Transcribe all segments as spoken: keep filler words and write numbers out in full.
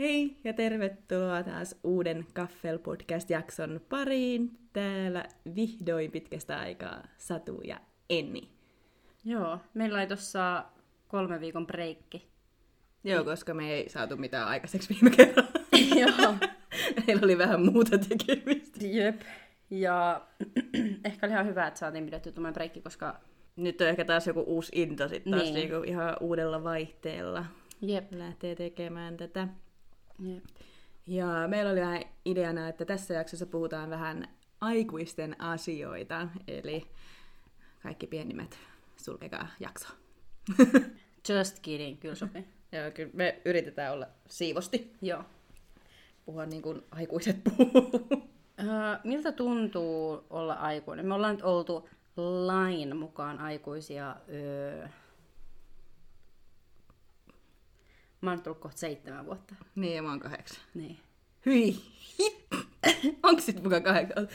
Hei ja tervetuloa taas uuden Kaffel-podcast-jakson pariin. Täällä vihdoin pitkästä aikaa Satu ja Enni. Joo, meillä oli tuossa kolme viikon breikki. Joo, koska me ei saatu mitään aikaiseksi viime kerralla. Joo. Meillä oli vähän muuta tekemistä. Jep. Ja ehkä oli ihan hyvä, että saatiin pidetty tuommoinen breikki, koska... Nyt on ehkä taas joku uusi into sitten taas Niin. niinku ihan uudella vaihteella. Jep. Lähtee tekemään tätä. Jep. Ja meillä oli vähän ideana, että tässä jaksossa puhutaan vähän aikuisten asioita, eli kaikki pienimmät, sulkekaa jakso. Just kidding, kyllä sopii. Joo, kyllä me yritetään olla siivosti. Joo. Puhua niin kuin aikuiset puhuu. Öö, miltä tuntuu olla aikuinen? Me ollaan nyt oltu lain mukaan aikuisia... Öö... Mä oon tullut kohta seitsemän vuotta. Niin, ja mä oon kahdeksan. Niin. Hyi! Onko sit mukaan kahdeksan?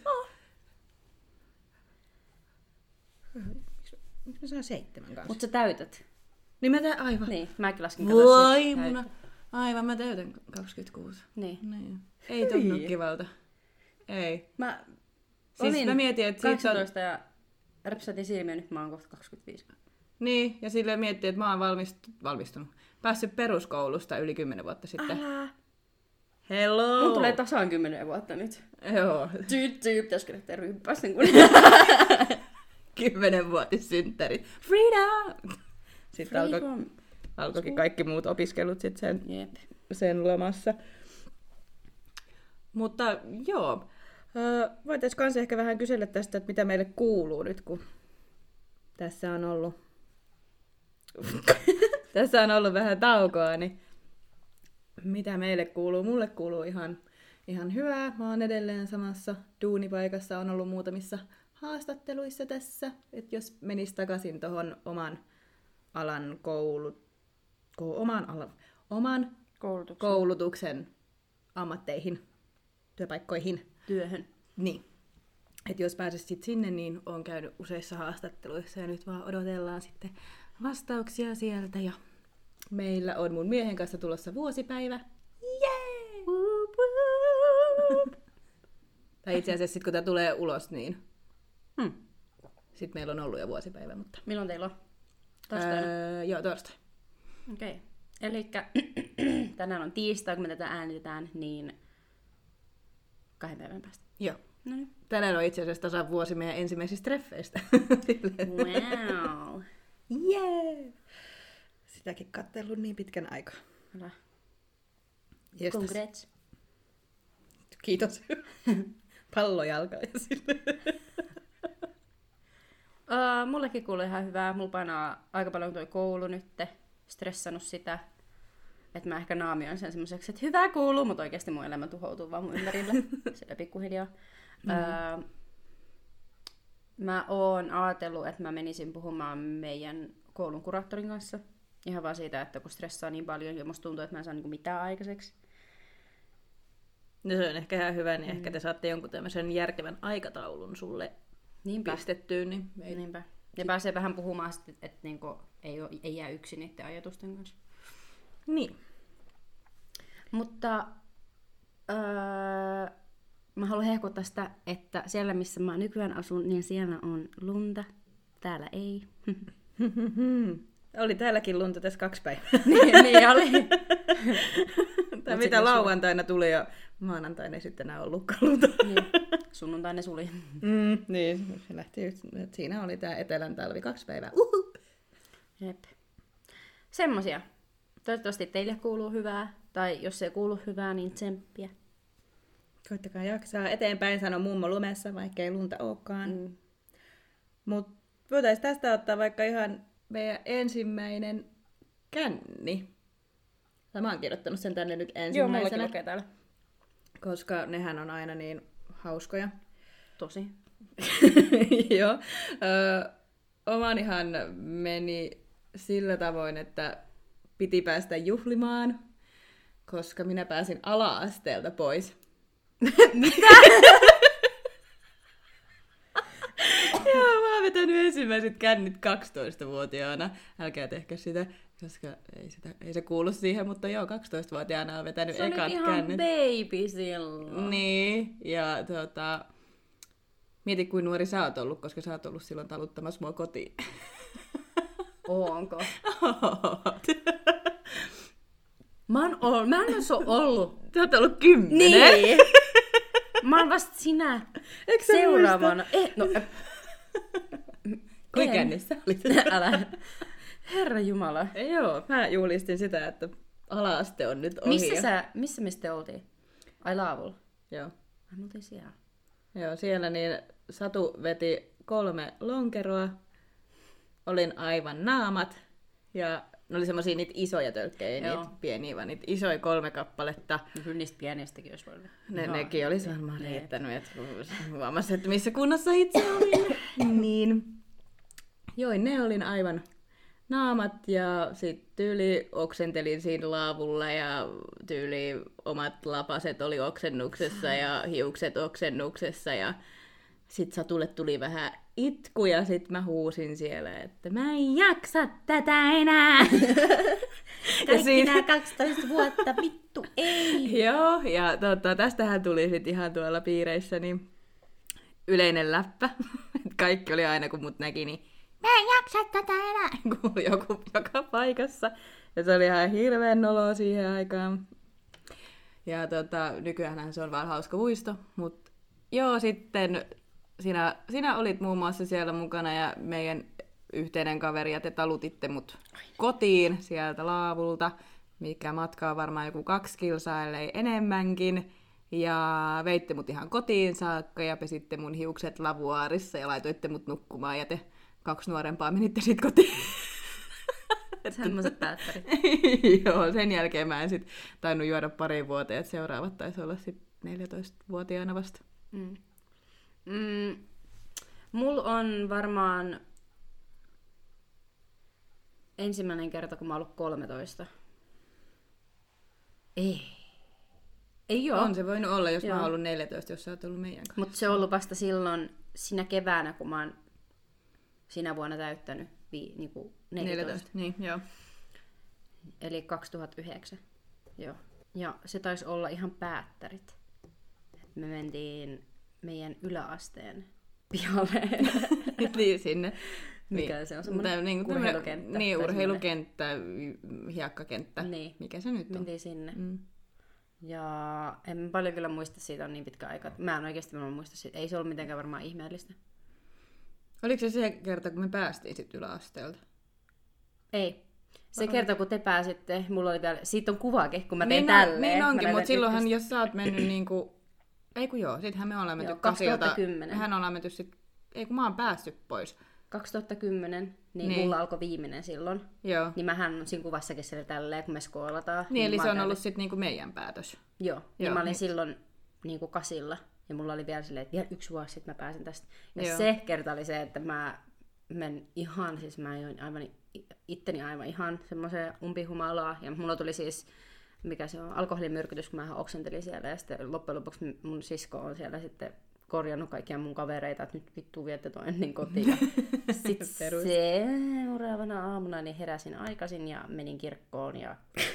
Miksi mä saan seitsemän kanssa? Mut sä täytät. Niin mä tä... Aivan. Niin, mäkin laskin Voi muna. Aivan, mä täytän kaksikymmentäkuusi. Niin. Niin. Ei tunnu kivalta. Ei. Mä Siis olin mä mietin, että siitä on... kaksitoista ja räpsätin silmiä, nyt mä oon kohta kaksikymmentäviisi. Niin, ja silleen miettii, että mä oon valmist... valmistunut. Päässyt peruskoulusta yli kymmenen vuotta sitten. Älä! Hello! Mun tulee tasaan kymmenen vuotta nyt. Joo. Tyyt, tyyt, pitäisikö lähteä ryppäästä niin kun... Kymmenenvuotissynttäri. Freedom! Sitten alkoi, Freedom. alkoikin kaikki muut opiskelut sit sen, Jep. sen lomassa. Mutta joo, voitaisiin kanssa ehkä vähän kysellä tästä, että mitä meille kuuluu nyt, kun tässä on ollut, tässä on ollut vähän taukoa, niin mitä meille kuuluu? Mulle kuuluu ihan, ihan hyvää. Mä oon edelleen samassa duunipaikassa, on ollut muutamissa haastatteluissa tässä, että jos menisi takaisin tuohon oman alan koulu, ko, oman, alan, oman Koulutuksen. koulutuksen ammatteihin, työpaikkoihin. Työhön. Niin. Että jos pääsisit sinne, niin olen käynyt useissa haastatteluissa ja nyt vaan odotellaan sitten vastauksia sieltä. Ja meillä on mun miehen kanssa tulossa vuosipäivä. Jee! Woop, woop. Tai itse asiassa sitten kun tämä tulee ulos, niin Hmm. sitten meillä on ollut jo vuosipäivä. Mutta... Milloin teillä on? Torstaina? Öö, joo, torstai. Okei. Okay. Elikkä tänään on tiistai, kun me tätä äänitetään, niin kahden päivän päästä. Joo. No niin. Tänään on itse asiassa tasan vuosi meidän ensimmäisistä treffeistä. Wow. Jee! Sitäkin katsellut niin pitkän aikaa. Älä. Jestas. Congrats. Kiitos. Pallojalka ja sille. Uh, mullekin kuuluu ihan hyvää. Mulla painaa aika paljon toi koulu nyt. Stressannut sitä. Että mä ehkä naamioin sen semmoiseksi, että hyvä kuuluu, mutta oikeasti mun elämä tuhoutuu vaan mun ympärillä. Siellä pikkuhiljaa. Mm. Uh, mä oon ajatellut, että mä menisin puhumaan meidän koulun kuraattorin kanssa. Ihan vaan siitä, että kun stressaa niin paljon ja musta tuntuu, että mä en saa niinku mitään aikaiseksi. No se on ehkä ihan hyvä, niin mm. ehkä te saatte jonkun tämmöisen järkevän aikataulun sulle Niinpä. pistettyyn. Niin ei... Niinpä. Ja pääsee vähän puhumaan, että et, niinku, ei, oo, ei jää yksin niiden ajatusten kanssa. Niin. Mutta öö, mä haluan hehkuttaa sitä, että siellä missä mä nykyään asun, niin siellä on lunta. Täällä ei. Oli täälläkin lunta tässä kaksi päivää. niin, niin oli. Tai mitä lauantaina tuli ja maanantaina ei sitten enää ollutkaan lunta. niin. Sunnuntaina suli. Mm, niin, se lähti just, että siinä oli tää etelän talvi kaksi päivää. Uhu. Jep. Semmosia. Toivottavasti teille kuuluu hyvää. Tai jos ei kuulu hyvää, niin tsemppiä. Koittakaa jaksaa eteenpäin, sano mummo lumessa, vaikka ei lunta olekaan. Mm. Mutta voitaisiin tästä ottaa vaikka ihan meidän ensimmäinen känni. Tai mä oon kirjoittanut sen tänne nyt ensimmäisenä. Joo, mullakin lukee täällä. Koska nehän on aina niin hauskoja. Tosi. Joo. Ö, omanihan meni sillä tavoin, että piti päästä juhlimaan, koska minä pääsin ala-asteelta pois. Mitä? Joo, mä oon vetänyt ensimmäisen mä sit kännit kaksitoistavuotiaana. Älkää tehkö sitä, koska ei, sitä, ei se kuulu siihen, mutta joo, kaksitoistavuotiaana on vetänyt se ekat ihan kännit. baby silloin. Niin, ja tota... Mieti, kuin nuori sä oot ollut, koska sä oot ollut silloin taluttamassa mua kotiin. Oonko? Oot. Mä, oon ollut, mä en ole ollut. Sä oot ollut kymmenen. Niin. Mä oon vasta sinä Eikö sä seuraavana. Eh, no, äh, Kuinka kännissä olit? Älä. Herra Jumala. Joo, mä juhlistin sitä, että ala-aste on nyt ohi. Missä, sä, missä me sitten oltiin? Ai Laavulla? Joo. Ai me oltiin siellä. Joo, siellä niin Satu veti kolme lonkeroa. Olin aivan naamat. Ja ne oli semmosia niitä isoja tölkkejä, Joo. niitä pieniä, vaan niitä isoja kolme kappaletta. No, kyllä niistä pienistäkin olisi voinut. Ne, Joo. nekin olisi varmaan riittänyt, että huomasi, että missä kunnossa itse olin. niin. Join, ne olin aivan naamat ja sitten tyyli oksentelin siinä laavulla ja tyyli omat lapaset oli oksennuksessa ja hiukset oksennuksessa ja sitten Satulle tuli vähän itku ja sitten mä huusin siellä, että mä en jaksa tätä enää. Kaikki siinä... nämä kaksitoista vuotta, vittu, ei. Joo, ja tota, tästähän tuli sitten ihan tuolla piireissä niin yleinen läppä. Kaikki oli aina, kun mut näki, niin mä en jaksa tätä enää, kuului joku joka paikassa. Ja se oli ihan hirveän noloa siihen aikaan. Ja tota, nykyäänhän se on vaan hauska muisto. Mutta joo, sitten sinä, sinä olit muun muassa siellä mukana ja meidän yhteinen kaveri ja te talutitte mut kotiin sieltä laavulta, mikä matkaa varmaan joku kaksi kilsaa, ellei enemmänkin. Ja veitte mut ihan kotiin saakka ja pesitte mun hiukset lavuaarissa ja laitoitte mut nukkumaan ja te kaksi nuorempaa menitte sit kotiin. Semmoiset päättärit. Joo, sen jälkeen mä en sit tainnut juoda pariin vuoteen, että seuraavat taisi olla sit neljätoistavuotiaana vasta. Mm. Mm. Mulla on varmaan ensimmäinen kerta, kun mä oon ollut kolmetoista. Ei. Ei oo. On se voinut olla, jos Joo. mä oon ollut neljätoista, jos sä oot ollut meidän kanssa. Mutta se on ollut vasta silloin sinä keväänä, kun mä oon sinä vuonna täyttänyt vi, niinku neljätoista. neljätoista, niin, joo. Eli kaksituhattayhdeksän. Joo. Ja se taisi olla ihan päättärit. Et me mentiin meidän yläasteen pihalle. niin sinne. Mikä niin. se on semmoinen niin, urheilukenttä. Niin, tai urheilukenttä, hiekkakenttä. Niin. Mikä se nyt on? mentiin sinne. Mm. Ja en paljon kyllä muista siitä, on niin pitkä aika. Mä en oikeasti mä en muista siitä. Ei se ollut mitenkään varmaan ihmeellistä. Oliko se se kerta, kun me päästiin sitten yläasteelta? Ei. Se kerta, kun te pääsitte, mulla oli vielä, siitä on kuvakin, kun mä tein niin, tälleen. Niin Mä onkin, näytän mutta silloinhan, ykköstä. jos sä oot mennyt niinku... Ei kun joo, sittenhän me ollaan menty Joo, kasilta. kaksituhattakymmenen. Mehän ollaan menty sit... Ei kun mä oon päässyt pois. kaksituhattakymmenen, niin, Niin. mulla alkoi viimeinen silloin. Joo. Niin mähän on siinä kuvassakin siellä tälleen, kun me skoolataan. Niin, eli mä se on käyn- ollut sitten niinku meidän päätös. Joo, niin Joo, mä olin niin. silloin niin kuin kasilla. Ja mulla oli vielä silleen, että vielä yksi vuosi sitten mä pääsen tästä. Ja Joo. se kerta oli se, että mä men ihan, siis mä join aivan itteni aivan ihan semmoiseen umpihumalaa. Ja mulla tuli siis, mikä se on, alkoholimyrkytys, kun mä oksentelin siellä. Ja sitten loppujen lopuksi mun sisko on siellä sitten korjannut kaikkia mun kavereita, että nyt vittu viette toi ennen kotiin. Ja sit seuraavana aamuna niin heräsin aikaisin ja menin kirkkoon ja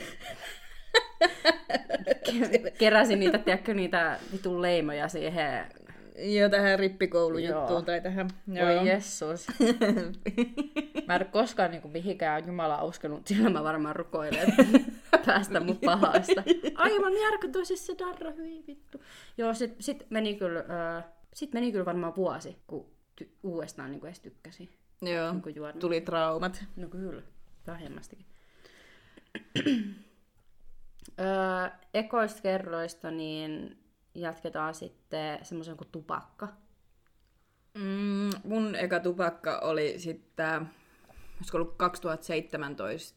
keräsin niitä, tiedätkö, niitä vitun leimoja siihen. Joo, tähän rippikoulujuttuun Joo. tai tähän. Oi jessus. Mä en ole koskaan niin kuin, mihinkään Jumala uskonut, sillä mä varmaan rukoilen, että päästä mun pahasta. Aivan järkytys se darra, hyi vittu. Joo, sit, sit, meni kyllä, äh, sit meni kyllä varmaan vuosi, kun ty- uudestaan niin kuin edes tykkäsin. Joo, Niin kuin juoda. tuli traumat. No kyllä, vähemmästikin. öö, ekoista kerroista niin jatketaan sitten semmoisen kuin tupakka. Mm, mun eka tupakka oli sitten, olisiko ollut kaksituhattaseitsemäntoista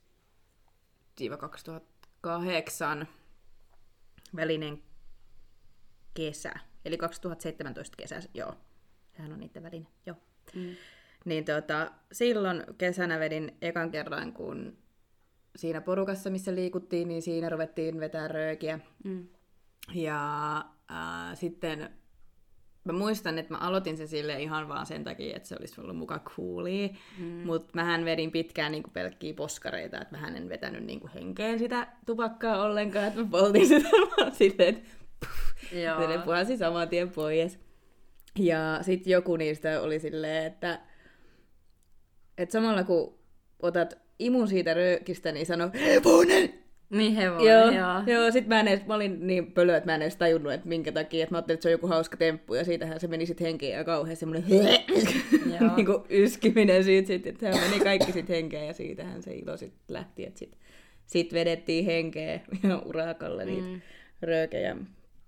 kaksituhattakahdeksan välinen kesä. Eli kaksituhattaseitsemäntoista kesä, joo. Sehän on niiden välinen, joo. Mm. Niin tota, silloin kesänä vedin ekan kerran, kun siinä porukassa, missä liikuttiin, niin siinä ruvettiin vetää röökiä. Mm. Ja äh, sitten mä muistan, että mä aloitin sen silleen ihan vaan sen takia, että se olisi ollut muka coolia. Mm. Mutta mähän vedin pitkään niinku pelkkiä poskareita, että mähän en vetänyt niinku henkeen sitä tupakkaa ollenkaan, että mä poltin sitä vaan silleen, että se puhalsi saman tien pois. Ja sitten joku niistä oli silleen, että, että samalla kun otat imun siitä röökistä, niin sano hevonen! Niin hevonen, joo. joo. Joo, sit mä, en edes, mä olin niin pölö, että mä en edes tajunnut, että minkä takia. Että mä ajattelin, että se on joku hauska temppu, ja siitähän se meni sit henkeä ja kauhean semmoinen niin kuin yskiminen siitä sit, että se meni kaikki sit henkeä, ja siitähän se ilo sit lähti, että sit, sit vedettiin henkeä ja urakalla niitä mm. röökejä.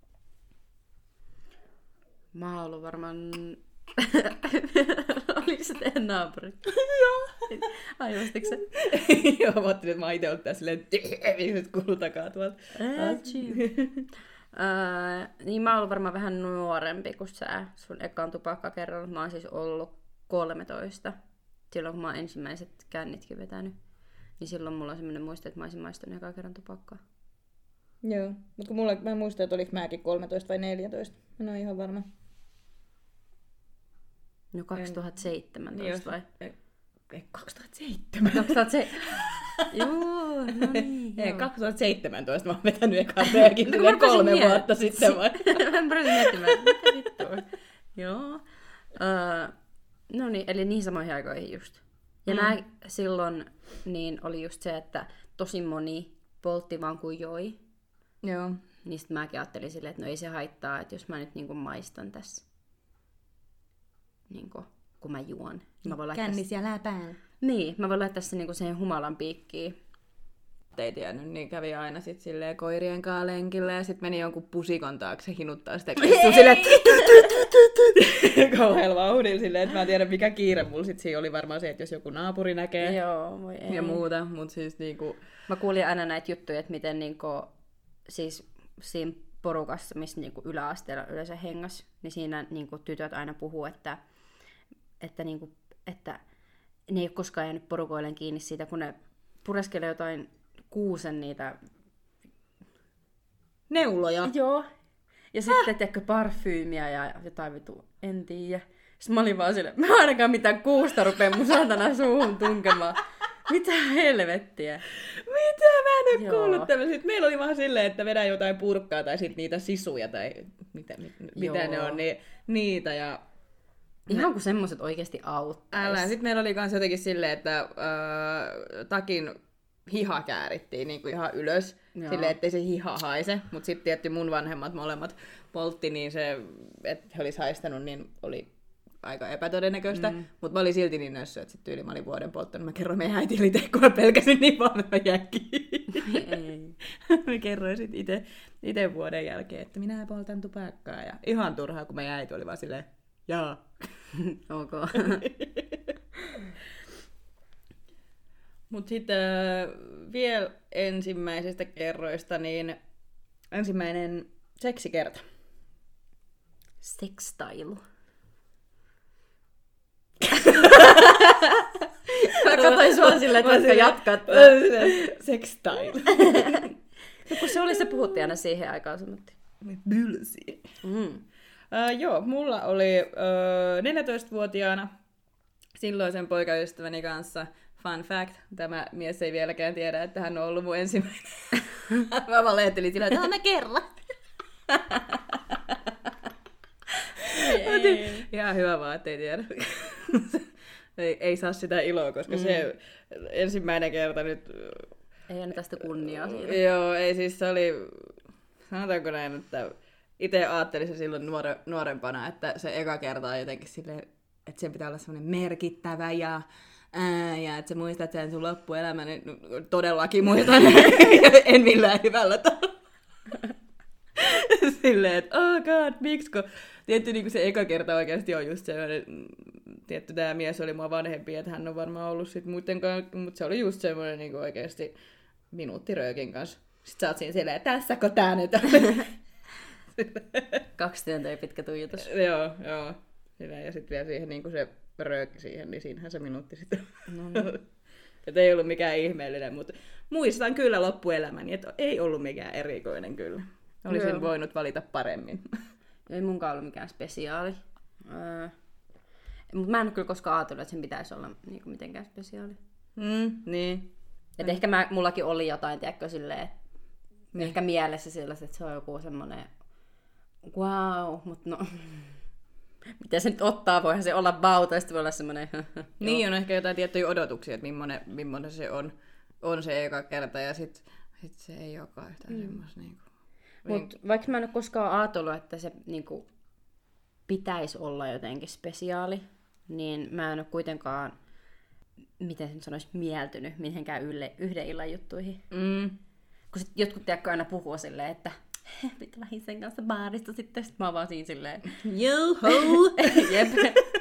Mä oon ollut varmaan... Oliko se teidän naapurit? Joo. Aivastiko se? Joo, mä ajattelin, että mä ite ollut tässä silleen, että kuuluu takaa tuolta. Uh, niin mä oon ollut varmaan vähän nuorempi kuin sä sun ekan tupakkakerran. Mä oon siis ollut kolmetoista. Silloin kun mä oon ensimmäiset kännitkin vetänyt. Niin silloin mulla on semmoinen muisto, että mä olisin maistanut ekan kerran tupakkaa. Joo, mutta kun mulla, mä en muista, että oliko mäkin kolmetoista vai neljätoista. Mä en ole ihan varma. No kaksituhattaseitsemäntoista vai? Ei, kaksituhattaseitsemän. kaksituhattaseitsemän. Joo, no niin. Ei, kaksituhattaseitsemäntoista mä oon vetänyt ekan röökin silleen kolme miet... vuotta sitten vai? Mä rupesin miettimään, mitä vittua. Joo. Uh, no niin, eli niin samoihin aikoihin just. Ja mm. nää silloin niin oli just se, että tosi moni poltti vaan kuin joi. Joo. Niin sit mäkin ajattelin silleen, että no ei se haittaa, että jos mä nyt niinku maistan tässä, niinku, kun mä juon. Mä voin kännis ja läpään. Niin, mä voin laittaa se niinku siihen humalan piikkiin. Ei tiennyt, niin kävi aina sit silleen koirien kaa lenkillä ja sit meni jonkun pusikon taakse hinuttaa sitä kestua silleen kauhealla vauhdilla silleen, että mä en tiedä mikä kiire mulla sit siinä oli varmaan se, että jos joku naapuri näkee. Joo, voi ei. Ja muuta, mut siis niinku... Mä kuulin aina näitä juttuja, että miten niinku, siis siinä porukassa, missä niinku yläasteella yleensä hengas, niin siinä niinku tytöt aina puhuu, että, että, niinku, että ne ei ole koskaan jäänyt porukoilleen kiinni siitä, kun ne pureskelee jotain kuusen niitä... neuloja. Joo. Ja sitten teekö parfyymiä ja jotain vitu, en tiedä. Sitten mä olin vaan silleen, mä ainakaan mitään kuusta rupea mun saatana suuhun tunkemaan. Mitä helvettiä? Mitä? Mä en ole kuullut tämmöisiä. Meillä oli vaan silleen, että vedä jotain purkkaa tai sit niitä sisuja tai mitä, mit, mitä ne on, niin niitä ja... Ihan kuin semmoset oikeesti auttais. Älä. Sitten meillä oli kans jotenkin silleen, että äh, takin hiha käärittiin niinku ihan ylös. Joo. Silleen, ettei se hiha haise. Mutta sitten tietty mun vanhemmat molemmat poltti, niin se, että he olis haistanut, niin oli aika epätodennäköistä. Mm. Mutta mä olin silti niin nössö, että sitten yli mä olin vuoden polttanut. Mä kerroin meidän äitille itse, kun mä pelkäsin niin vaan, että mä jäin kiinni. Mä kerroin sitten itse, itse vuoden jälkeen, että minä poltan tupakkaa. Ja ihan turhaa, kun meidän äiti oli vaan silleen, jaa. Ok. Mutta sitten äh, vielä ensimmäisestä kerroista, niin ensimmäinen seksikerta. Sextailu. Mä katsoin sua silleen, että voitko jatkaa. Sextailu. No kun se oli, se puhuttiin aina siihen aikaan sanottiin. Bylsi. Mm. Uh, joo, mulla oli uh, neljätoistavuotiaana silloisen poikaystäväni kanssa. Fun fact, tämä mies ei vieläkään tiedä, että hän on ollut mun ensimmäinen. Mä vaan lehtelin sillä, että mä kerran. Ei. Ihan hyvä vaan, ettei tiedä. ei, ei saa sitä iloa, koska mm. se ensimmäinen kerta nyt... Ei ole tästä kunniaa siitä. Joo, ei siis se oli... Sanotaanko näin, että itse ajattelin se silloin nuore, nuorempana, että se eka kerta on jotenkin silleen, että sen pitää olla semmoinen merkittävä ja... Ää, ja että sä muistat sen sun loppuelämän, niin todellakin muistan, en millään hyvällä tavalla. Silleen, että oh god, miksi? Kun tietty niin se eka kerta oikeasti on just sellainen, tietty tämä mies oli mua vanhempi, että hän on varmaan ollut sit muiden kanssa, mutta se oli just semmoinen niin oikeasti minuuttiröökin kanssa. Sitten sä oot siinä silleen, tässäkö tää nyt on? Kaksi työntöä pitkä tuijotus. Joo, joo. Silleen, ja sitten vielä siihen niin se rööki siihen, niin siinähän se minuutti sitten. No niin. Että ei ollut mikään ihmeellinen, mutta muistan kyllä loppuelämäni, että ei ollut mikään erikoinen kyllä. Olisin Joo. voinut valita paremmin. Ei munkaan ollut mikään spesiaali. Öö, mutta mä en ole kyllä koskaan ajatellut, että sen pitäisi olla niin kuin mitenkään spesiaali. Mm, niin. Et mm. ehkä mä, mullakin oli jotain, tiedätkö, silleen, mm. ehkä mielessä sellaista, että se on joku semmoinen wow, mutta no, mitä se nyt ottaa, voihan se olla bauta, ja sitten voi olla semmoinen. Niin, on ehkä jotain tiettyjä odotuksia, että millainen, millainen se on, on se eka kerta, ja sitten sit se ei olekaan yhtään mm. semmoista. Niin mutta vaikka mä en ole koskaan ajatellut, että se niin kuin, pitäisi olla jotenkin spesiaali, niin mä en ole kuitenkaan, miten sen sanoisi, mieltynyt mihinkään ylle, yhden illan juttuihin. Mm. Kun sit jotkut tiedätkö aina puhuu silleen, että mitä lähdin sen kanssa baarista sitten, sit mä oon vaan siinä silleen, joho! Jep.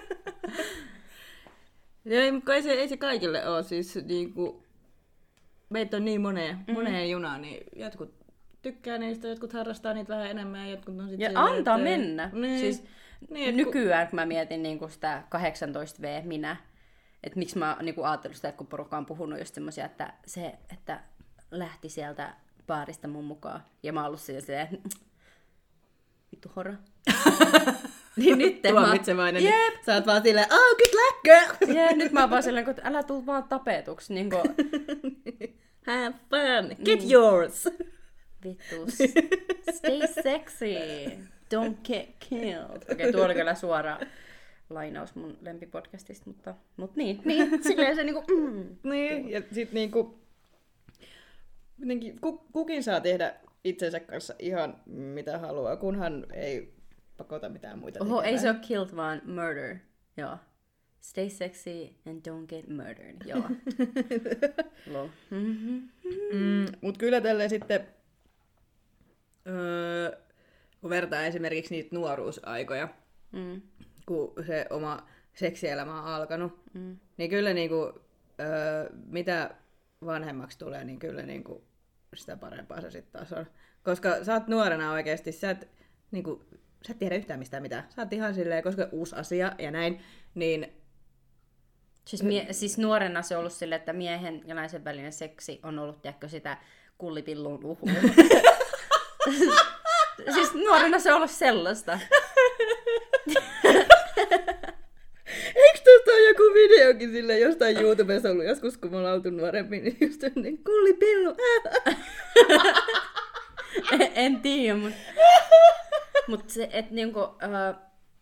Ei, mutta ei se, ei se kaikille ole. Siis, niinku, meitä on niin moneen, mm-hmm. moneen junaan, niin jotkut tykkää niistä, jotkut harrastaa niitä vähän enemmän ja jotkut on sitten ja silleen, antaa että mennä. Niin. Siis niin, nykyään, kun mä mietin niin sitä kahdeksantoista vuotta minä, että miksi mä oon niin ajatellut sitä, että kun porukka on puhunut just semmosia, että se, että lähti sieltä baarista mun mukaan. Ja mä oon ollut silleen, vittu hora. Niin nyt tuomitsevainen, niin sä oot vaan silleen, oh, good luck, girl! Jee, nyt mä oon vaan silleen, että älä tuu vaan tapetuksi. Niin kuin... Have fun, get mm. yours! Vittu, stay sexy, don't get killed. Okei, okay, tuo oli kyllä suora lainaus mun lempipodcastista, mutta, mutta niin, niin, silleen se niinku... Mm. Niin, ja sit niinku... Kukin saa tehdä itsensä kanssa ihan mitä haluaa, kunhan ei pakota mitään muita Oho, tekemään. ei se ole killed, vaan murder. Joo. Stay sexy and don't get murdered. Joo. Lol. Mm-hmm. Mm, mut kyllä tälleen sitten, öö, kun vertaa esimerkiksi niitä nuoruusaikoja, mm. kun se oma seksielämä on alkanut, mm. niin kyllä niinku, öö, mitä vanhemmaksi tulee, niin kyllä niinku sitä parempaa se sitten taas on. Koska sä oot nuorena oikeesti, sä et, niinku, sä et tiedä yhtään mistään mitään. Sä oot ihan silleen, koska uusi asia ja näin, niin... Siis, mie- siis nuorena se on ollut silleen, että miehen ja naisen välinen seksi on ollut, tiedätkö, sitä kullipillun uhua. Siis nuorena se on ollut sellaista. Eikö tuosta ole joku videokin silleen jostain YouTubessa ollut joskus, kun mä oon oltu nuorempi, niin just niin kullipillu. en, en tiedä, mutta mut se, että niinku, uh,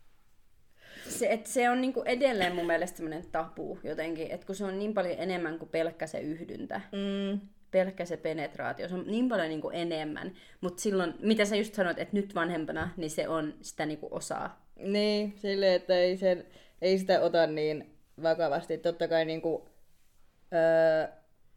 se, et se on niinku edelleen mun mielestä semmoinen tabu jotenkin, että kun se on niin paljon enemmän kuin pelkkä se yhdyntä, mm. pelkkä se penetraatio, se on niin paljon niinku enemmän, mutta silloin, mitä sä just sanoit, että nyt vanhempana, niin se on sitä niinku osaa. Niin, silleen, että ei, sen, ei sitä ota niin vakavasti. Totta kai niinku, öö,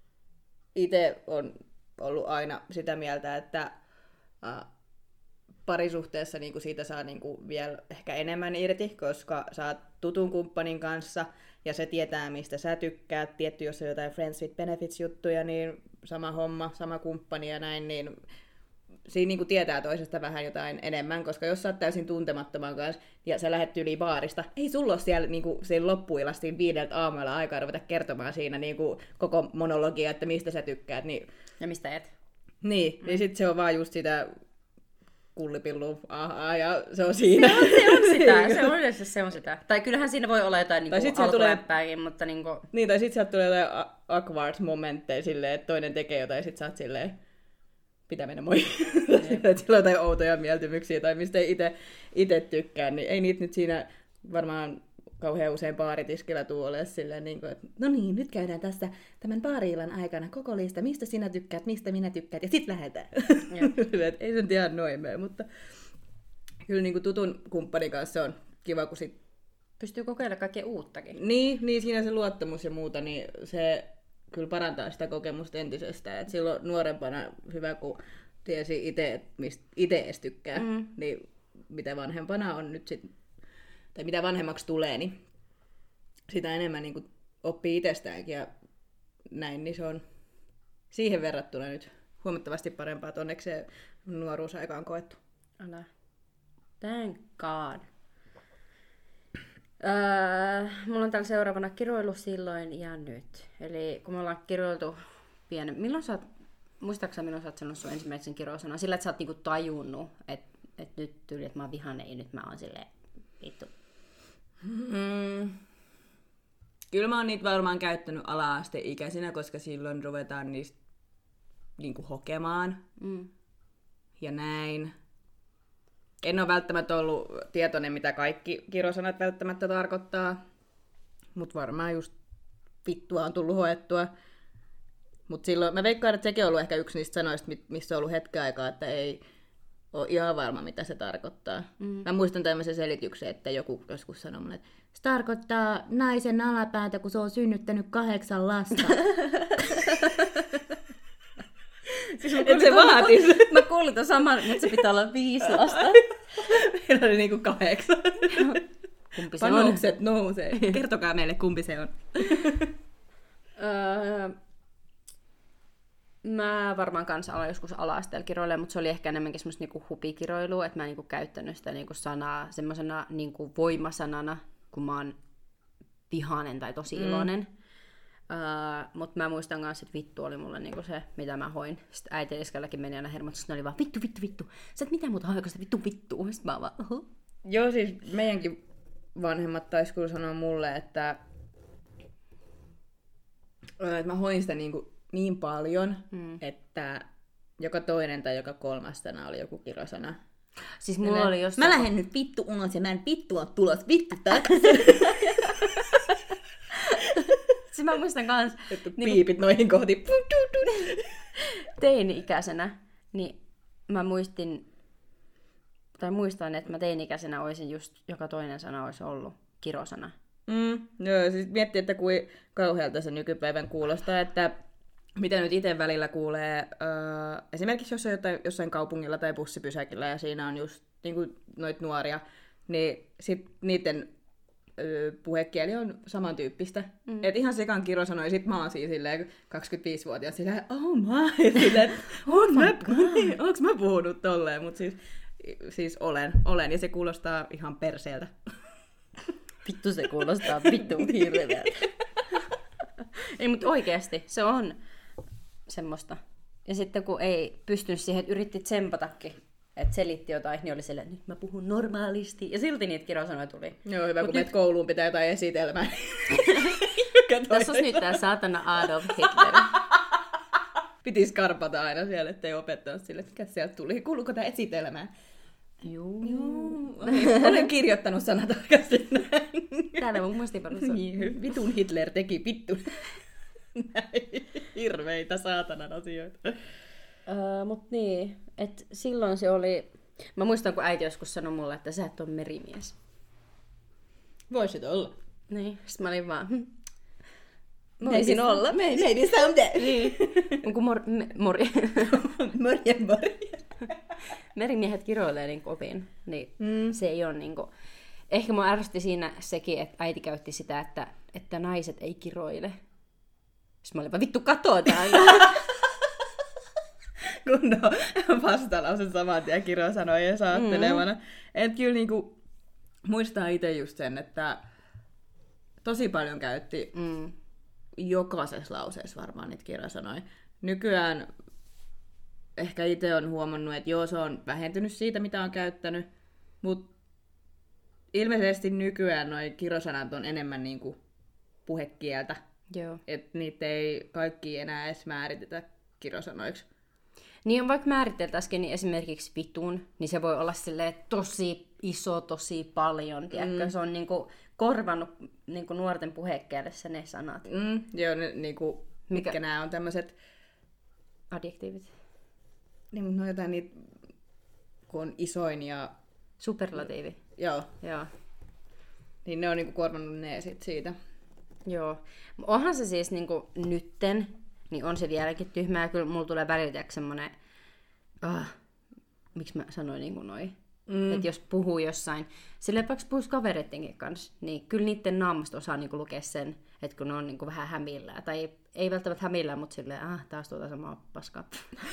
itse on ollut aina sitä mieltä, että äh, parisuhteessa niinku siitä saa niinku vielä ehkä enemmän irti, koska sä oot tutun kumppanin kanssa ja se tietää, mistä sä tykkäät. Tietty, jos on jotain friends with benefits-juttuja, niin sama homma, sama kumppani ja näin, niin siinä niinku tietää toisesta vähän jotain enemmän, koska jos sä oot täysin tuntemattoman kanssa ja sä lähdet yli baarista, ei sulla ole siellä niinku, loppuilasta viideltä aamuilla aikaa ruveta kertomaan siinä niinku, koko monologia, että mistä sä tykkäät. Niin... Ja mistä et. Niin, mm. niin sit se on vaan just sitä kullipillu, ahaa, ja se on siinä. Se on, se on sitä, se on yleensä se on sitä. Tai kyllähän siinä voi olla jotain niinku alkuläppääkin, tulee... mutta niinku... Niin, tai sit sieltä tulee jotain awkward momentteja silleen, että toinen tekee jotain ja sit sä oot silleen, pitää mennä moi. Sillä on jotain outoja mieltymyksiä tai mistä ei ite tykkää, niin ei niitä nyt siinä varmaan kauhean usein baaritiskillä tuu ole silleen, niin kuin, että no niin, nyt käydään tässä tämän baari-illan aikana koko lista, mistä sinä tykkäät, mistä minä tykkäät, ja sit lähdetään. Ei se nyt ihan noin mene, mutta kyllä niin kuin tutun kumppanin kanssa on kiva, kun sit... Pystyy kokeilemaan kaikkea uuttakin. Niin, niin, siinä se luottamus ja muuta, niin se kyllä parantaa sitä kokemusta entisestään. Et silloin nuorempana hyvä, kun tiesi itse, mistä itse edes tykkää, mm. niin mitä vanhempana on nyt sit, tai mitä vanhemmaksi tulee, niin sitä enemmän niin kuin oppii itsestäänkin ja näin, niin se on siihen verrattuna nyt huomattavasti parempaa, että onneksi se nuoruusaika on koettu. Älä. Thank God. Öö, mulla on täällä seuraavana kiroilu silloin ja nyt. Eli kun me ollaan kiroiltu pienen... Milloin sä oot... Muistaaksä, milloin sä oot sanonut sun ensimmäisen kirousana? Sillä, että sä oot niinku tajunnut, että että nyt tyyli, että mä oon vihainen ja nyt mä oon silleen vittu. Mm. Kyllä mä oon niitä varmaan käyttänyt ala-asteikäisinä, koska silloin ruvetaan niistä niinku hokemaan. Mm. Ja näin. En ole välttämättä ollut tietoinen, mitä kaikki kirosanat välttämättä tarkoittaa. Mut varmaan just vittua on tullut hoettua. Mut silloin, mä veikkaan, että sekin on ollut ehkä yksi niistä sanoista, missä on ollut hetken aikaa, että ei ole ihan varma, mitä se tarkoittaa. Mm. Mä muistan tämmöisen selityksen, että joku joskus sanoi mulle, että se tarkoittaa naisen alapäätä, kun se on synnyttänyt kahdeksan lasta. Siis et se vaatis. Mä kuulin tämän saman, mutta se pitää olla viisi lasta. Meillä oli niinku kahdeksan. Kumpi se Panokset on? Nousee. Kertokaa meille, kumpi se on. öö, mä varmaan kanssa aloin joskus ala-asteella kiroilemaan, mutta se oli ehkä enemmänkin semmoista niinku hupikiroilua, että mä en niinku käyttänyt sitä niinku sanaa semmoisena niinku voimasanana, kun mä oon vihainen tai tosi iloinen. Mm. Uh, mutta mä muistan kanssa, että vittu oli mulle niinku se, mitä mä hoin. Sitten äiti ja iskalläkin meni aina hermot, sitten oli vaan vittu, vittu, vittu. Sä et mitään muuta hoiko sitä vittu, vittu. Sitten mä vaan, uh-huh. Joo, siis meidänkin vanhemmat taisi kyllä sanoa mulle, että, että mä hoin sitä niinku niin paljon, mm. että joka toinen tai joka kolmas sana oli joku kirosana. Siis mulla oli jossain... Mä lähden nyt vittu ulos ja mä en vittu ole tulos. Vittu takaisin. Siis mä muistan kans... Että niin, piipit noihin kohti. Teini-ikäisenä, niin mä muistin... Tai muistan, että mä teini-ikäisenä olisin just joka toinen sana olisi ollut kirosana. Mm, joo, siis miettii, että kuin kauhealta se nykypäivän kuulostaa, että mitä nyt itse välillä kuulee, äh, esimerkiksi jos on jotain, jossain kaupungilla tai bussipysäkillä ja siinä on just niin kuin noit nuoria, niin sit niiden äh, puhekieli on samantyyppistä. Mm. Et ihan sekan Kiro sanoi, sit mä oon siinä silleen kaksikymmentäviisivuotias silleen, oh my, silleen, oh mä, niin, onks mä puhunut tolleen, mut siis, siis olen, olen, ja se kuulostaa ihan perseeltä. Vittu se kuulostaa vittu hirveältä. Ei, mutta oikeasti se on semmoista. Ja sitten kun ei pystynyt siihen, että yritti tsempatakin, että selitti jotain, niin oli silleen, että nyt mä puhun normaalisti. Ja silti niitä kirosanoja tuli. Joo, hyvä, mut kun nyt... kouluun pitää jotain esitelmää. Tässä olisi nyt tää saatana Adolf Hitler. Piti skarpata aina siellä, ettei opettanut sille, että mikä sieltä tuli. Kuuluuko tää esitelmään? Joo. Joo. Olen, olen kirjoittanut sanatarkasti näin. Täällä mun muistiinpanossa. Niin, vitun Hitler teki vittu näin hirveitä saatanan asioita. Uh, mut niin, että silloin se oli... Mä muistan, kun äiti joskus sanoi mulle, että sä et ole merimies. Voisit olla. Niin, sit mä olin vaan... Hm. Voisin olla. Maybe someday. Niin. Onko mor... Me, mori... morjen morjen. Merimiehet kiroilee niin kovin, niin mm. se ei ole niin kuin... Ehkä mua ärsytti siinä sekin, että äiti käytti sitä, että, että naiset ei kiroile. Sitten mä olin vaan, vittu katsotaan. Kun on vastalause saman tien Kiro sanoi ja saattelevana. Mm. Että kyllä niinku, muistaa itse just sen, että tosi paljon käytti mm. jokaisessa lauseessa varmaan niitä Kiro sanoi. Nykyään ehkä itse on huomannut, että joo, se on vähentynyt siitä, mitä on käyttänyt, mutta ilmeisesti nykyään noi kirosanat on enemmän niinku puhekieltä. Joo. Että niitä ei kaikki enää edes määritetä kirosanoiksi. Niin on, vaikka määriteltäisikin niin esimerkiksi vitun, niin se voi olla silleen tosi iso, tosi paljon. Tiedätkö? Mm. Se on niinku korvannut niinku nuorten puhekielessä ne sanat. Mm. Joo, ne, niinku, mitkä Mikä? nämä on tämmöiset... Adjektiivit. Niin, mutta no jotain niitä, kun on isoin ja... Superlatiivi. Joo. Joo. Niin ne on niinku korvannut ne sit siitä. Joo. Onhan se siis niinku nytten, niin on se vieläkin tyhmää. Kyllä mulla tulee välillä semmonen... Ah, miksi mä sanoin niinku noin? Mm. Että jos puhuu jossain... Silleen vaikka puhuisi kavereittenkin kanssa, niin kyllä niiden naamasta osaa niinku lukea sen, että kun ne on niinku vähän hämillään. Tai ei välttämättä hämillään, mutta silleen, ah, taas tuota samaa paskaa.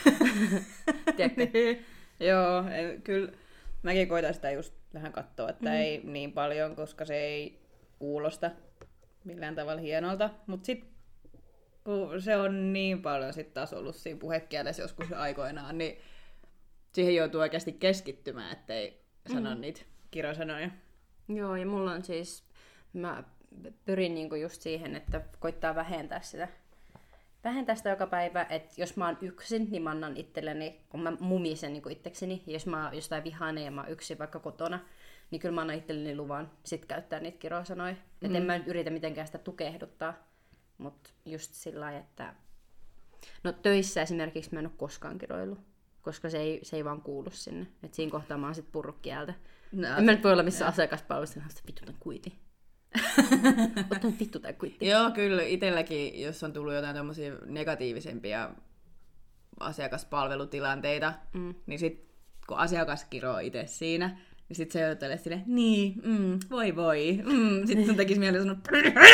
Niin. Joo, kyllä mäkin koitan sitä just vähän katsoa, että mm. ei niin paljon, koska se ei kuulosta millään tavalla hienolta. Mutta sitten kun se on niin paljon sit taas ollut siinä puhekielessä joskus aikoinaan, niin siihen joutuu oikeasti keskittymään, ettei sano Mm. niitä kirosanoja. Joo, ja mulla on siis, mä pyrin niinku just siihen, että koittaa vähentää sitä, vähentää sitä joka päivä, että jos mä oon yksin, niin mä annan itselleni, kun mä mumisen niinku itsekseni, ja jos mä oon jostain vihainen ja mä oon yksin vaikka kotona, niin kyllä mä annan itselleni luvan sit käyttää niitä kirosanoja. Mm. Että en mä nyt yritä mitenkään sitä tukehduttaa, mutta just sillä lailla, että no töissä esimerkiksi mä en ole koskaan kiroillut, koska se ei, se ei vaan kuulu sinne. Et siinä kohtaa mä oon sit purrukkieltä. No, en mä nyt voi olla missä asiakaspalvelussa, että vittu tän kuiti. Ota nyt vittu tän kuiti. Joo, kyllä itselläkin, jos on tullut jotain tommosia negatiivisempia asiakaspalvelutilanteita, mm. niin sit kun asiakas kiroo itse siinä, niin sit se joutelee silleen, niin, mm, voi voi. Mm. Sitten sun tekisi mieleen sanoa,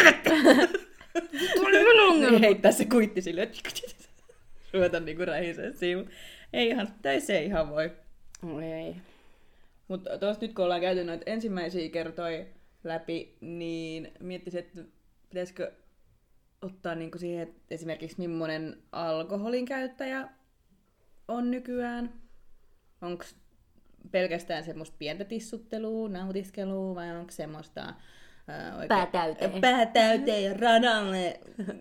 niin heittää se kuitti silleen, ruveta niinku rähisee siinä. Ei ihan, töissä ei ihan voi. Ei. Mutta tuossa nyt kun ollaan käyty noita ensimmäisiä kertoja läpi, niin miettisin, että pitäisikö ottaa niinku siihen, että esimerkiksi millainen alkoholin käyttäjä on nykyään. Onko pelkästään semmoista pientä tissuttelua, nautiskelua vai onko semmoista ää, oikein... Päätäyteen. Päätäyteen ja radalle.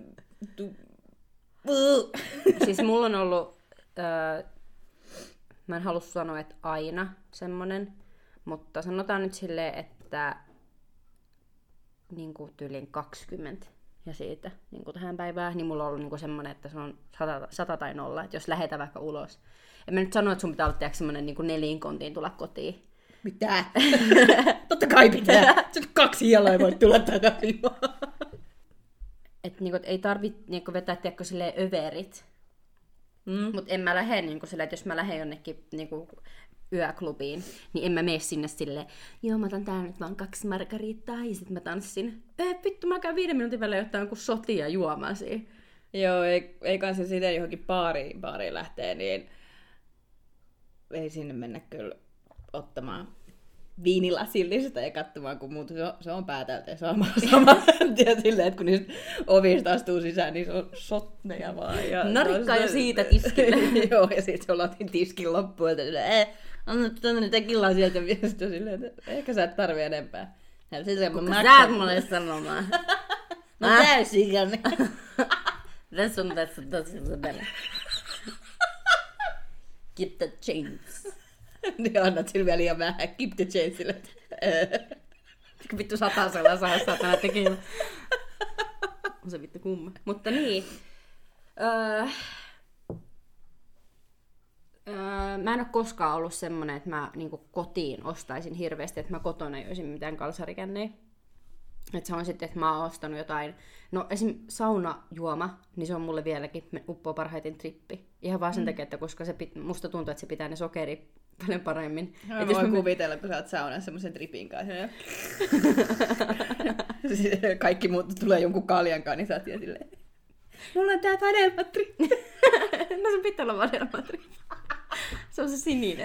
Siis mulla on ollut, öö, mä en halua sanoa, että aina semmonen, mutta sanotaan nyt silleen, että niinku tyylin kaksikymmentä ja siitä niinku tähän päivään, niin mulla on ollut niinku semmonen, että se on sata, sata tai nolla, että jos lähetään vaikka ulos. En mä nyt sano, että sun pitää olla tiedätkö, semmonen niinku nelinkontiin tulla kotiin. Mitä? Totta kai pitää. Se kaksi jaloa voi tulla takaisin. Että niinku, et ei tarvitse niinku, vetää tiedätkö, silleen överit. Mm. Mutta en mä lähde niinku, silleen, että jos mä lähden jonnekin niinku, yöklubiin, niin en mä mene sinne silleen, joo mä otan täällä nyt vaan kaksi margariittaa ja sit mä tanssin. Eh, vittu, mä käyn viiden minuutin välillä jotain jonkun sotia juomasi. Joo, ei, ei kanssa siitä johonkin baariin, baariin lähtee, niin ei sinne mennä kyllä ottamaan viinilasillista ja katsomaan, kun muut, se on, se on päätältä sama. sama. Ja silleen, että kun niistä ovista astuu sisään, niin se on shotneja vaan. Ja narikkaa jo siitä tiskille. Joo, ja sitten se ollaan tiskin loppuun, että silleen, eh, anna tuonne niitä killaa sieltä ja sitten silleen, että ehkä sä et tarvii enempää. Ja sitten kuka sä oot mulle sanomaan? No ah. Täysikäinen. Tässä on tässä tosi tällä. Keep the change. Niin annat sille vielä liian vähän. Keep the change sille. Vittu satasella saa satana tekemään. On se vittu kumma. Mutta niin. Öö, öö, mä en ole koskaan ollut semmonen, että mä niinku kotiin ostaisin hirveästi, että mä kotona joisin mitään kalsarikännejä. Että se on sitten, että mä oon ostanut jotain, no esim. Saunajuoma, niin se on mulle vieläkin uppoo parhaiten trippi. Ihan vaan sen mm. takia, että koska se pit, musta tuntuu, että se pitää ne sokeri paljon paremmin. Mä voin mä... kuvitella, kun sä oot saunassa semmoisen tripin kanssa. Kaikki muut tulee jonkun kaljankaan, niin sä oot silleen, mulla on tää vadelmatrippi. No se pitää olla vadelmatrippi. Se on se sininen.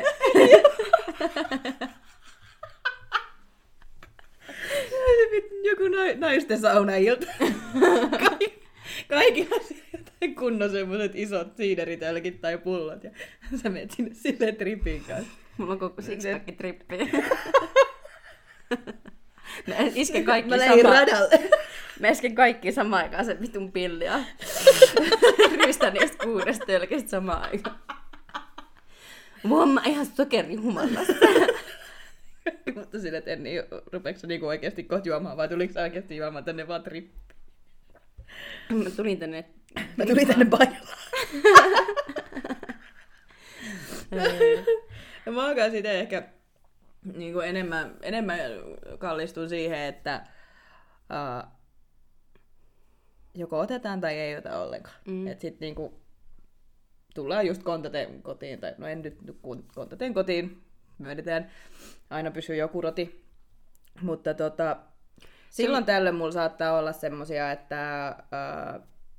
Joku naisten saunailta. Kaik, kaikilla jotain kunnon semmoiset isot siideritölkit tai pullot. Ja sä menet sinne silleen tripin kanssa. Mulla on koko sixpacki trippiä. Mä isken kaikki Mä lähdin sama... radalle. Mä isken kaikki samaan aikaan sen vitun pillia. Ryystän niistä kuudesta tölkistä samaan aikaan. Mua mä ihan sokerihumalassa. Mutta sille, että en niin, rupeeko sä niinku oikeasti kohta juomaan, vai tuliko sä oikeasti juomaan tänne vaan trippi? Mä tulin tänne... Mä tulin tänne bailaan. Ja mä alkaa sitten ehkä niinku enemmän, enemmän kallistun siihen, että uh, joko otetaan tai ei ota ollenkaan. Mm. Että sit niinku tullaan just kontateen kotiin, tai no en nyt kontateen kotiin, myönnetään. Aina pysyy joku roti. Mutta tota, silloin Sil... tällöin mulla saattaa olla semmosia, että äh,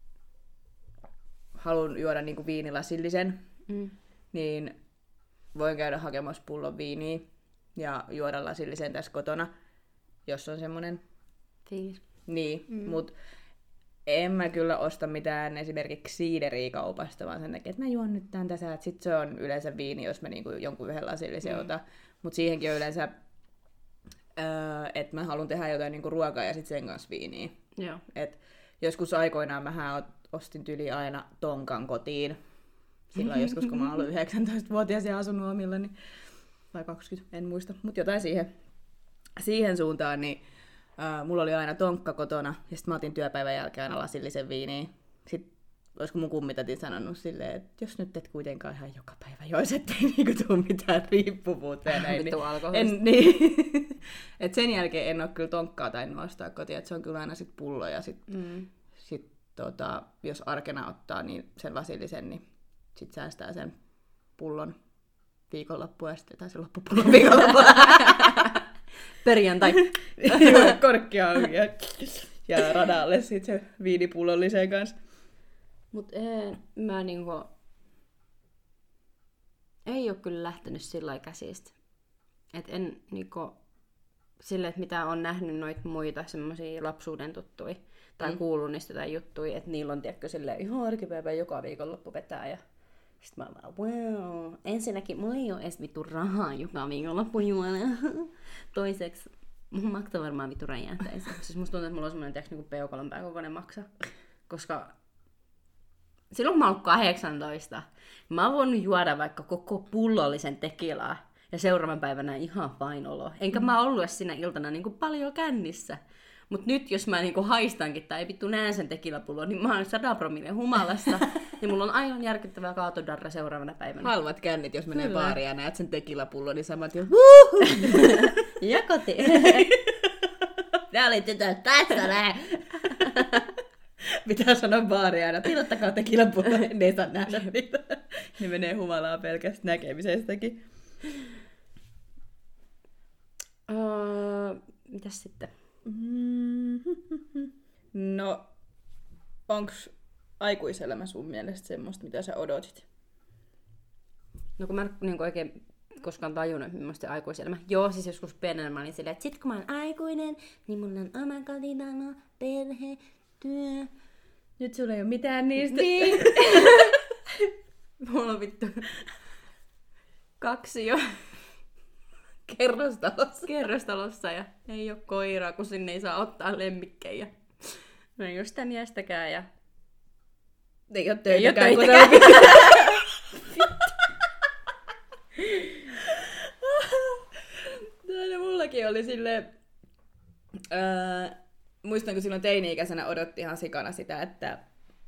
haluan juoda niinku viinilasillisen, mm. niin voin käydä hakemassa pullon viiniä ja juoda lasillisen tässä kotona, jos on semmonen fiilis. Niin, mm. mut en mä kyllä osta mitään esimerkiksi siideriä kaupasta, vaan sen takia, että mä juon nyt tämän tässä, että sit se on yleensä viini, jos mä niinku jonkun yhden lasillisen mm. otan. Mutta siihenkin on yleensä, öö, että mä haluan tehdä jotain niinku ruokaa ja sit sen kanssa viiniä. Joo. Et joskus aikoinaan mähän ostin tyli aina tonkan kotiin. Silloin joskus, kun mä oon ollut yhdeksäntoistavuotias ja asunut omillani. Vai kaksikymmentä, en muista. Mutta jotain siihen, siihen suuntaan, niin äh, mulla oli aina tonkka kotona. Ja sitten mä otin työpäivän jälkeen aina lasillisen viiniä. Sitten olisiko mun kummitäti sanonut silleen, että jos nyt et kuitenkaan ihan joka päivä jois, ettei niinku tuu mitään riippuvuutta ja näin. Vittu niin, niin. Et sen jälkeen en oo kyllä tonkkaa tainnut ostaa kotiin. Et se on kyllä aina sit pullo ja sit, mm. sit tota, jos arkena ottaa niin sen lasillisen, niin sit säästää sen pullon viikonloppua ja sitten se loppupullon viikonloppua. Perjantai. Korkkia auki ja, ja radalle sit se viinipullollisen kanssa. Mut en, mä niinku... Ei oo kyllä lähtenyt sillä käsistä. Et en niinku... Silleen, että mitä on nähnyt noita muita semmosia lapsuuden tuttuja. Tai mm. kuullut niistä jotain juttuja, että niillä on tiedätkö silleen ihan arkipäivä joka viikonloppu vetää ja... Sitten mä vaan, wow. Ensinnäkin, mulla ei ole edes vittu rahaa joka viikonloppu juoda. Toiseksi, mun maksaa varmaan vittu räjähtäisi. Siis musta tuntuu, että mulla on semmoinen tiiäks, niinku peukalon pääkokoinen maksa. Koska silloin kun mä oon kahdeksantoista, mä oon voinut juoda vaikka koko pullollisen tekilaa. Ja seuraavan päivänä ihan fine olo. Enkä mä ollut edes sinä iltana niinku paljon kännissä. Mut nyt jos mä niinku haistankin tai vittu näen sen tekilapullon, niin mä oon sata promille humalassa. Ja mulla on aivan järkyttävää kaatodarra seuraavana päivänä. Halvat kännit, jos menee baariin ja näet sen tekilapullon, niin samat jo ja kotiin. Tää oli tytöt, tässä näin. Pitää sanoa baaria aina, tilattakaa tekilapullon, ne ei saa nähdä niitä. Ne menee humalaa pelkästä näkemisestäkin. Uh, mitäs sitten? No, onks aikuiselämä sun mielestä semmoista, mitä sä odotit? No kun mä en niin oikein koskaan tajunnut, millaista aikuiselämä. Joo, siis joskus pienenä mä olin silleen, että sit kun mä oon aikuinen, niin mulla on oma kotitalo, perhe, työ. Nyt sulla ei oo mitään niistä. Niin. Mulla on vittu kaksi jo. Kerrostalossa. Kerrostalossa ja ei oo koiraa, kun sinne ei saa ottaa lemmikkejä. No ei oo sitä miestäkään ja... Ei oo töitäkään. Ei oo töitäkään. No, mullakin oli silleen... Öö, muistan, kun silloin teini-ikäisenä odotti ihan sikana sitä, että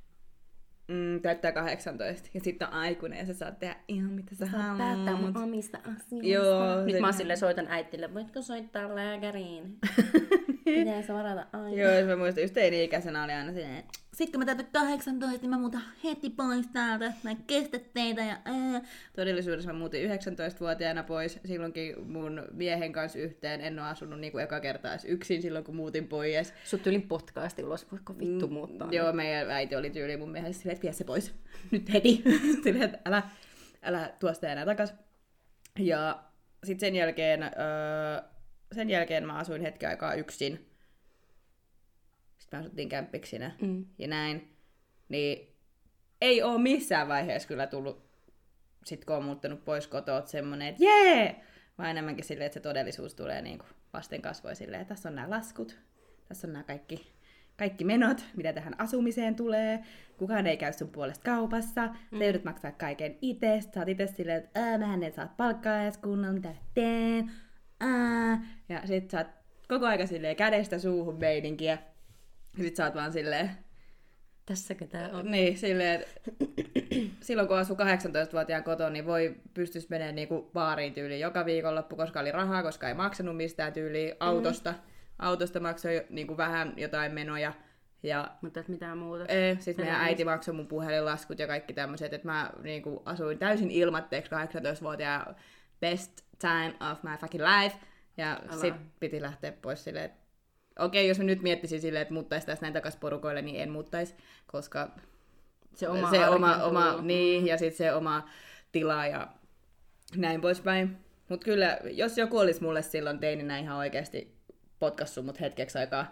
mm, täyttää kahdeksantoista ja sitten on aikuinen ja sä saat tehdä ihan mitä sä haluat. Päättää mun omista asioista. Joo, nyt se... mä silleen soitan äitille, voitko soittaa lääkäriin? Pitäisi varata aina. Joo, jos mä muistan, just teini-ikäisenä oli aina silleen, sit kun mä täytän kahdeksantoista, niin mä muutan heti pois täältä, mä en kestä teitä ja ää. Todellisuudessa mä muutin yhdeksäntoistavuotiaana pois, silloinkin mun miehen kanssa yhteen, en ole asunut niinku eka kertaa edes yksin silloin, kun muutin pois. Sut tyylin potkaasti ulos, voiko vittu mm, muuttaa? Joo, meidän äiti oli tyyli mun miehessä silleen, että vie se pois, nyt heti, silleen, että älä, älä tuosta enää takas. Ja sit sen jälkeen, öö, sen jälkeen mä asuin hetken aikaa yksin. Sitten me asuttiin kämppiksinä mm. ja näin. Niin ei oo missään vaiheessa kyllä tullut, sit kun on muuttanut pois kotoa, semmonen, että jee! Vaan enemmänkin silleen, että se todellisuus tulee niinku vasten kasvoin silleen, että tässä on nämä laskut, tässä on nämä kaikki, kaikki menot, mitä tähän asumiseen tulee. Kukaan ei käy sun puolesta kaupassa, mm. sä joudut maksaa kaiken itse, sä oot itse silleen, että ää, mähän en saa palkkaa edes kunnolla, mitä teen. Ää. Ja sit sä oot koko aika silleen kädestä suuhun meininkiä. Ja sit sä oot vaan silleen... Tässäkö tää on? Niin, silleen, silloin kun asuu kahdeksantoistavuotiaan kotona, niin voi pystyisi menemään niinku baariin tyyliin joka viikonloppu, koska oli rahaa, koska ei maksanut mistään tyyliin autosta. Mm. Autosta maksoi niinku vähän jotain menoja. Ja... Mutta et mitään muuta. Ei, sit meidän äiti maksoi mun puhelinlaskut ja kaikki tämmöiset, että mä niinku asuin täysin ilmatteeksi kahdeksantoistavuotiaan best time of my fucking life. Ja Älä. Sit piti lähteä pois silleen, että okei, okay, jos mä nyt miettisin silleen, että muuttaisi tässä näin takas porukoille, niin en muuttaisi, koska se oma, se oma, oma niin, ja sitten se oma tila ja näin poispäin. Mutta kyllä, jos joku olisi mulle silloin teininä ihan oikeasti potkassut mut hetkeksi aikaa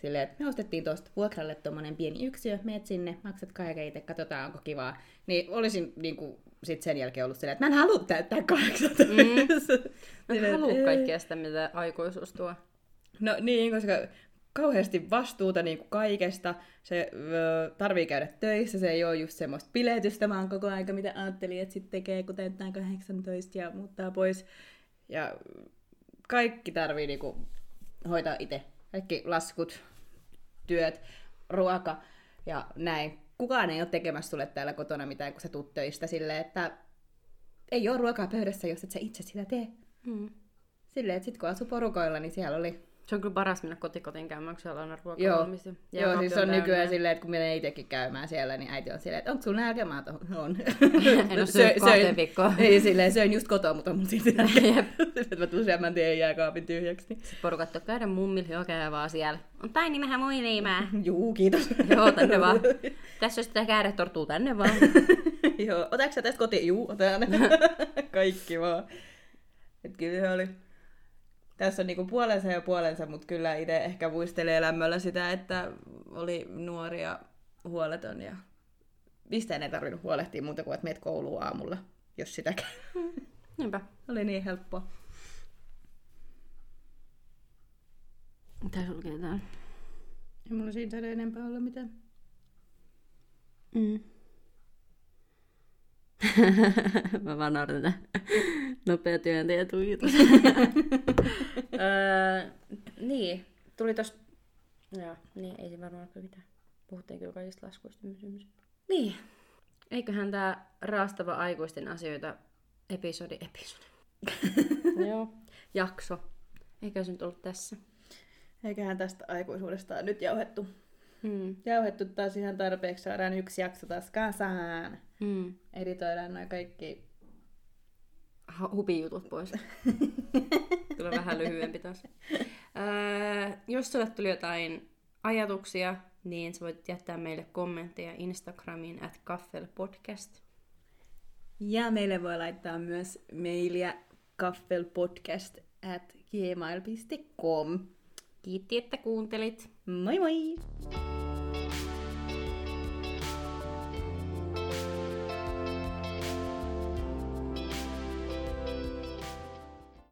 silleen, että me ostettiin tuosta vuokralle tuommoinen pieni yksiö, meet sinne, maksat kaiken itse, katsotaan onko kivaa. Niin olisin niin kuin, sit sen jälkeen ollut silleen, että mä en halua täyttää kahdeksantoista. Mm. Mä en halua kaikkea sitä, mitä aikuisuus tuo. No niin, koska kauheasti vastuuta niin kuin kaikesta. Se ö, tarvii käydä töissä, se ei ole just semmoista biletystä, vaan koko aika, mitä ajattelin, että sitten tekee, kun täyttää kahdeksantoista ja muuttaa pois. Ja kaikki tarvii niin kuin hoitaa itse. Kaikki laskut, työt, ruoka ja näin. Kukaan ei ole tekemässä sulle täällä kotona mitään, kun sä tuut töistä silleen, että ei ole ruokaa pöydässä, jos et sä itse sitä tee. Mm. Silleen, että sit kun asui porukoilla, niin siellä oli... Se on kyllä paras mennä kotikotiin käymään, kun siellä on ruokaa Joo, valmis. Joo siis on nykyään silleen, että kun menee itsekin käymään siellä, niin äiti on silleen, että onko sulla nälkä? Mä on. En ole syönyt kahteen viikkoon. Ei silleen, söin just kotoa, mutta on mun siitä nälkä. Sitten mä tulen syömään teidän jääkaapin tyhjäksi. Sitten porukat on käydä mummilla, joo käy vaan siellä. On taini vähän muiliimää. Juu, kiitos. Joo, tänne vaan. Tässä on sitä kääretorttua, tänne vaan. Joo, otatko sä tästä kotiin? Juu, otan. Kaikki vaan. Et kyllä se oli... Tässä on niinku puolensa ja puolensa, mutta kyllä itse ehkä muistelee lämmöllä sitä, että oli nuori ja huoleton. Ja mistään ei tarvinnut huolehtia muuta kuin, että meet kouluun aamulla, jos sitäkään. Niinpä. Oli niin helppoa. Mitä sulla ketään? Ei mulla siinä saada enempää olla mitään. Mm. Mä vaan nauran tätä nopea työntäjä tuijotus. öö, niin, tuli tosta... Joo, niin ei se varmaan ole mitään. Puhuttiin kyllä kaikista laskuista. Niin, eiköhän tää raastava aikuisten asioita episodi, episodi. Joo, jakso. Eikä se nyt ollut tässä. Eiköhän tästä aikuisuudesta nyt jauhettu. Hmm. Jauhettu taas ihan tarpeeksi. Saadaan yksi jakso taas kasaan. Hmm. Editoidaan noin kaikki hupijutut pois. Tulee vähän lyhyempi taas. Öö, jos sulle tuli jotain ajatuksia, niin sä voit jättää meille kommentteja Instagramiin at kaffelpodcast. Ja meille voi laittaa myös mailia kaffelpodcast at gmail piste com. Kiitti, että kuuntelit. Moi moi!